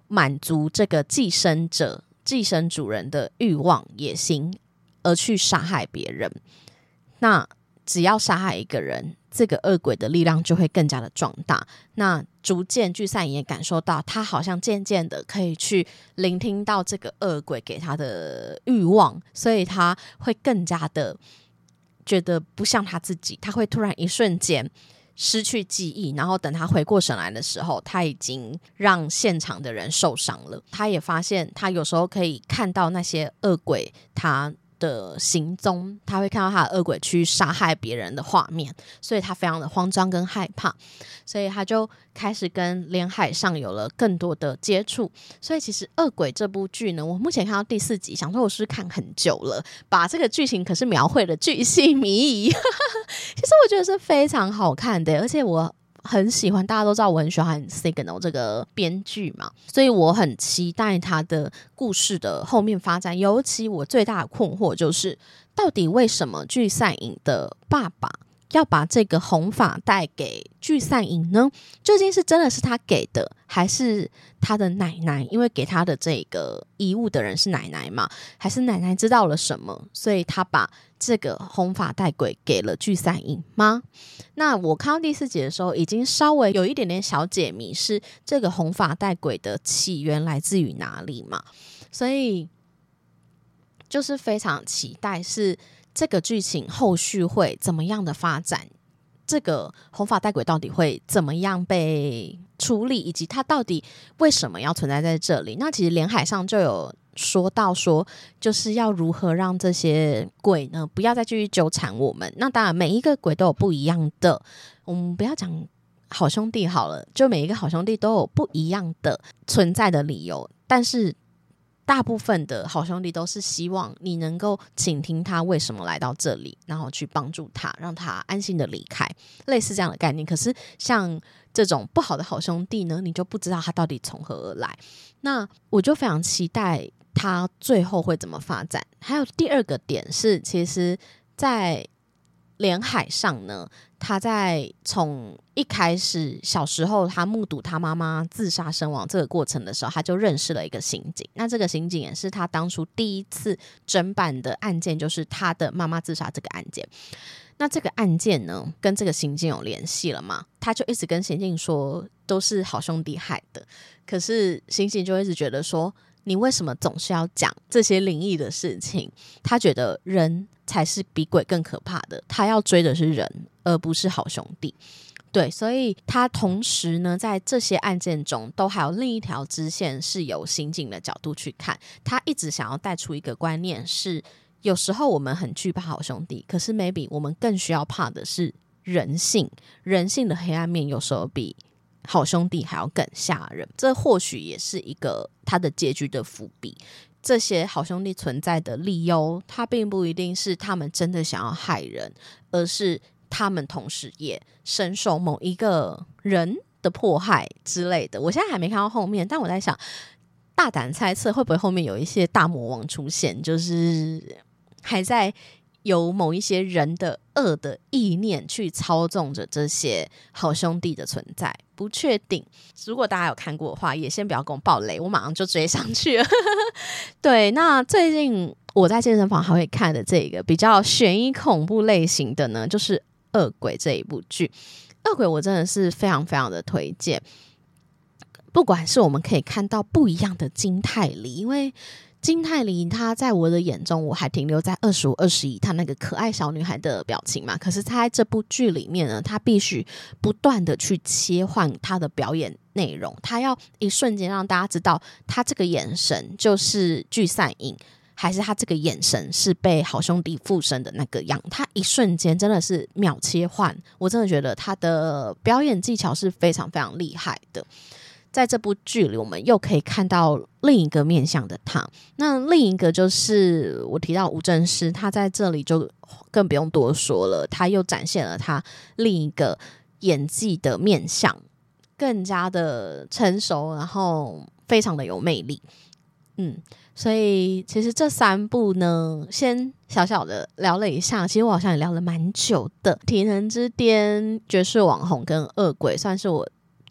满足这个寄生者寄生主人的欲望野心而去杀害别人。那只要杀害一个人，这个恶鬼的力量就会更加的壮大。那逐渐聚散也感受到他好像渐渐的可以去聆听到这个恶鬼给他的欲望，所以他会更加的觉得不像他自己，他会突然一瞬间失去记忆，然后等他回过神来的时候，他已经让现场的人受伤了。他也发现他有时候可以看到那些恶鬼他的行踪，他会看到他的恶鬼去杀害别人的画面，所以他非常的慌张跟害怕，所以他就开始跟连海上有了更多的接触。所以其实恶鬼这部剧呢，我目前看到第四集，想说我是看很久了，把这个剧情可是描绘的巨细靡遗其实我觉得是非常好看的，而且我很喜欢，大家都知道我很喜欢 Signal 这个编剧嘛，所以我很期待他的故事的后面发展。尤其我最大的困惑就是，到底为什么具赛颖的爸爸要把这个红发带给具赛颖呢？究竟是真的是他给的，还是他的奶奶？因为给他的这个遗物的人是奶奶嘛，还是奶奶知道了什么，所以他把这个红发带鬼给了具赛颖吗？那我看到第四集的时候，已经稍微有一点点小解谜，是这个红发带鬼的起源来自于哪里嘛？所以就是非常期待是这个剧情后续会怎么样的发展，这个红发带鬼到底会怎么样被处理，以及它到底为什么要存在在这里。那其实连海上就有说到说，就是要如何让这些鬼呢不要再继续纠缠我们。那当然每一个鬼都有不一样的，我们不要讲好兄弟好了，就每一个好兄弟都有不一样的存在的理由，但是大部分的好兄弟都是希望你能够倾听他为什么来到这里，然后去帮助他，让他安心的离开，类似这样的概念。可是像这种不好的好兄弟呢，你就不知道他到底从何而来。那我就非常期待他最后会怎么发展。还有第二个点是，其实在连海上呢，他在从一开始小时候他目睹他妈妈自杀身亡这个过程的时候，他就认识了一个刑警。那这个刑警也是他当初第一次侦办的案件，就是他的妈妈自杀这个案件。那这个案件呢跟这个刑警有联系了嘛，他就一直跟刑警说都是好兄弟害的，可是刑警就一直觉得说，你为什么总是要讲这些灵异的事情？他觉得人才是比鬼更可怕的，他要追的是人而不是好兄弟。对，所以他同时呢在这些案件中都还有另一条支线是由刑警的角度去看。他一直想要带出一个观念是，有时候我们很惧怕好兄弟，可是 maybe 我们更需要怕的是人性，人性的黑暗面有时候比好兄弟还要更吓人。这或许也是一个他的结局的伏笔。这些好兄弟存在的理由，他并不一定是他们真的想要害人，而是他们同时也深受某一个人的迫害之类的。我现在还没看到后面，但我在想，大胆猜测会不会后面有一些大魔王出现，就是还在有某一些人的恶的意念去操纵着这些好兄弟的存在，不确定。如果大家有看过的话，也先不要跟我爆雷，我马上就追上去了对，那最近我在健身房还会看的这个比较悬疑恐怖类型的呢，就是恶鬼这一部剧。恶鬼我真的是非常非常的推荐，不管是我们可以看到不一样的金泰梨，因为金泰梨她在我的眼中我还停留在二十五、二十一她那个可爱小女孩的表情嘛，可是她在这部剧里面呢，她必须不断的去切换她的表演内容，她要一瞬间让大家知道她这个眼神就是具赛颖，还是她这个眼神是被好兄弟附身的那个样，她一瞬间真的是秒切换。我真的觉得她的表演技巧是非常非常厉害的。在这部剧里我们又可以看到另一个面向的他，那另一个就是我提到吴正师，他在这里就更不用多说了，他又展现了他另一个演技的面向，更加的成熟，然后非常的有魅力。嗯，所以其实这三部呢，先小小的聊了一下，其实我好像也聊了蛮久的。体能之巅、绝世网红跟恶鬼算是我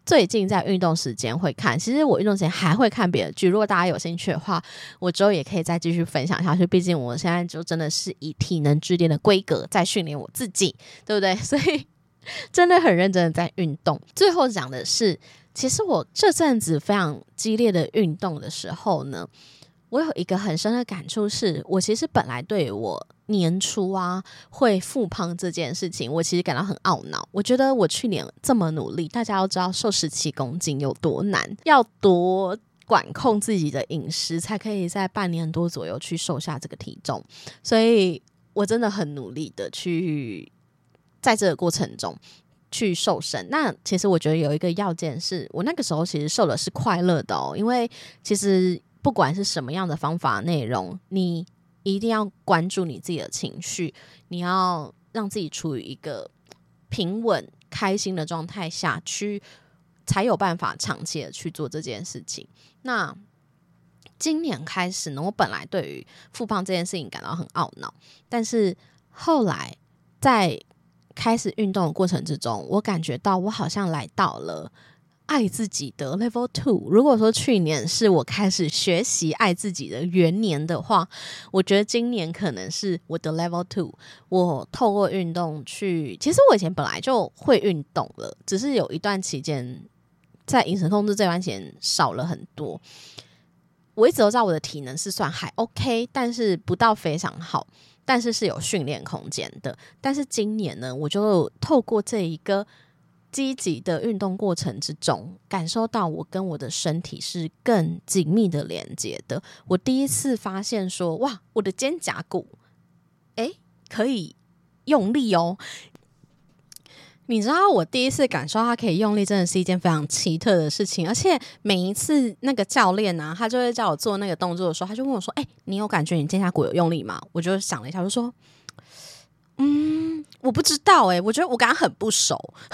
最近在运动时间会看，其实我运动时间还会看别的剧，如果大家有兴趣的话，我之后也可以再继续分享下去，毕竟我现在就真的是以体能之巅的规格在训练我自己，对不对？所以真的很认真的在运动。最后讲的是，其实我这阵子非常激烈的运动的时候呢，我有一个很深的感触是，我其实本来对我年初啊会复胖这件事情，我其实感到很懊恼。我觉得我去年这么努力，大家要知道瘦十七公斤有多难，要多管控自己的饮食才可以在半年多左右去瘦下这个体重，所以我真的很努力的去在这个过程中去瘦身。那其实我觉得有一个要件是，我那个时候其实瘦的是快乐的哦，因为其实不管是什么样的方法内容，你一定要关注你自己的情绪，你要让自己处于一个平稳开心的状态下去，才有办法长期的去做这件事情。那今年开始呢，我本来对于复胖这件事情感到很懊恼，但是后来在开始运动的过程之中，我感觉到我好像来到了爱自己的 level two。 如果说去年是我开始学习爱自己的元年的话，我觉得今年可能是我的 level two。 我透过运动去，其实我以前本来就会运动了，只是有一段期间在饮食控制这段时间少了很多。我一直都知道我的体能是算还 OK， 但是不到非常好，但是是有训练空间的。但是今年呢，我就透过这一个积极的运动过程之中，感受到我跟我的身体是更紧密的连接的。我第一次发现说，哇，我的肩胛骨诶可以用力哦。你知道我第一次感受它可以用力真的是一件非常奇特的事情，而且每一次那个教练啊，他就会叫我做那个动作的时候，他就问我说，哎、欸，你有感觉你肩胛骨有用力吗？我就想了一下，我就说嗯，我不知道欸，我觉得我跟他很不熟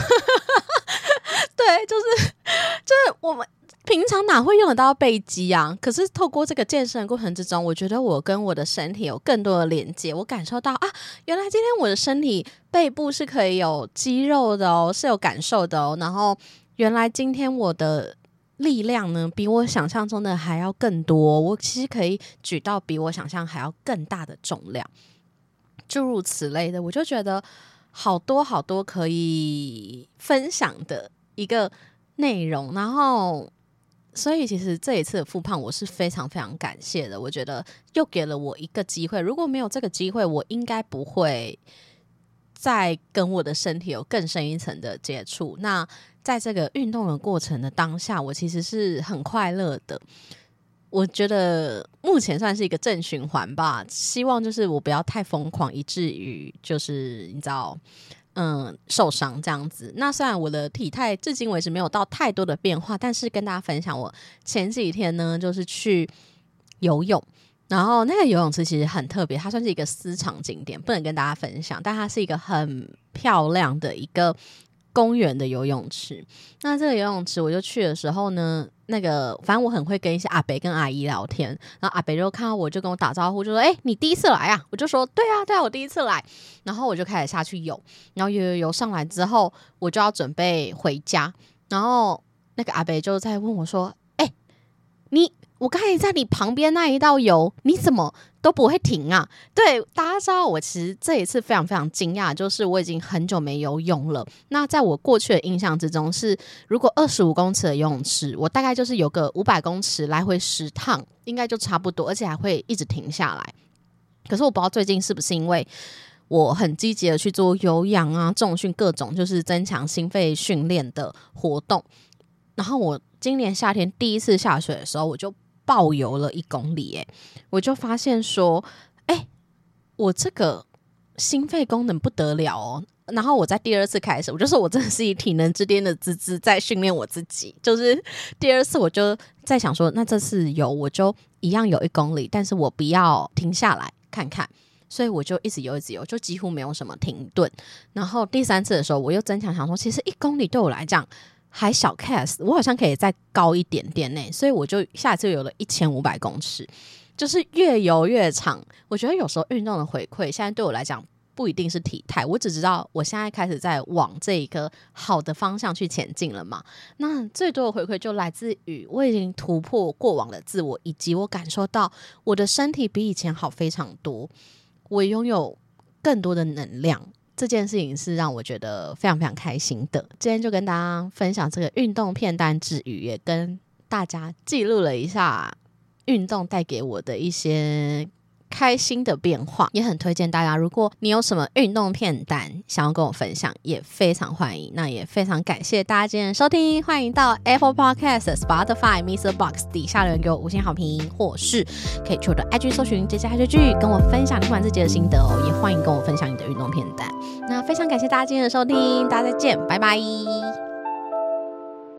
对，就是就是我们平常哪会用得到背肌啊？可是透过这个健身的过程之中，我觉得我跟我的身体有更多的连接。我感受到啊，原来今天我的身体背部是可以有肌肉的哦，是有感受的哦。然后原来今天我的力量呢，比我想象中的还要更多，我其实可以举到比我想象还要更大的重量，诸如此类的。我就觉得好多好多可以分享的一个内容，然后所以其实这一次的复胖我是非常非常感谢的。我觉得又给了我一个机会，如果没有这个机会，我应该不会再跟我的身体有更深一层的接触。那在这个运动的过程的当下，我其实是很快乐的。我觉得目前算是一个正循环吧，希望就是我不要太疯狂，以至于就是你知道嗯，受伤这样子。那虽然我的体态至今为止没有到太多的变化，但是跟大家分享，我前几天呢就是去游泳，然后那个游泳池其实很特别，它算是一个私藏景点，不能跟大家分享，但它是一个很漂亮的一个公园的游泳池。那这个游泳池我就去的时候呢，那个反正我很会跟一些阿伯跟阿姨聊天，然后阿伯就看到我就跟我打招呼，就说哎、欸，你第一次来啊？我就说对啊对啊，我第一次来。然后我就开始下去游，然后游游游上来之后，我就要准备回家，然后那个阿伯就在问我说哎、欸，你我刚才在你旁边那一道游，你怎么都不会停啊？对，大家知道我其实这一次非常非常惊讶，就是我已经很久没游泳了。那在我过去的印象之中是，如果二十五公尺的游泳池，我大概就是有个五百公尺来回十趟，应该就差不多，而且还会一直停下来。可是我不知道最近是不是因为我很积极的去做有氧啊、重训各种就是增强心肺训练的活动，然后我今年夏天第一次下水的时候，我就暴游了一公里，欸，我就发现说，哎、欸，我这个心肺功能不得了哦。然后我在第二次开始，我就说我真的是以体能之巅的资质在训练我自己。就是第二次我就在想说，那这次游我就一样游一公里，但是我不要停下来看看。所以我就一直游一直游，就几乎没有什么停顿。然后第三次的时候，我又增强想说，其实一公里对我来讲还小 case， 我好像可以再高一点点内，所以我就下一次游了一千五百公尺，就是越游越长。我觉得有时候运动的回馈现在对我来讲不一定是体态，我只知道我现在开始在往这个好的方向去前进了嘛。那最多的回馈就来自于我已经突破过往的自我，以及我感受到我的身体比以前好非常多，我拥有更多的能量，这件事情是让我觉得非常非常开心的。今天就跟大家分享这个运动片段之余，也跟大家记录了一下运动带给我的一些开心的变化，也很推荐大家，如果你有什么运动片单想要跟我分享，也非常欢迎。那也非常感谢大家今天的收听，欢迎到 Apple Podcast、Spotify、Mixer Box 底下留言给我五星好评，或是可以去我的 I G 搜寻 J J I G G 跟我分享你看完这集的心得哦，也欢迎跟我分享你的运动片单。那非常感谢大家今天的收听，大家再见，拜拜。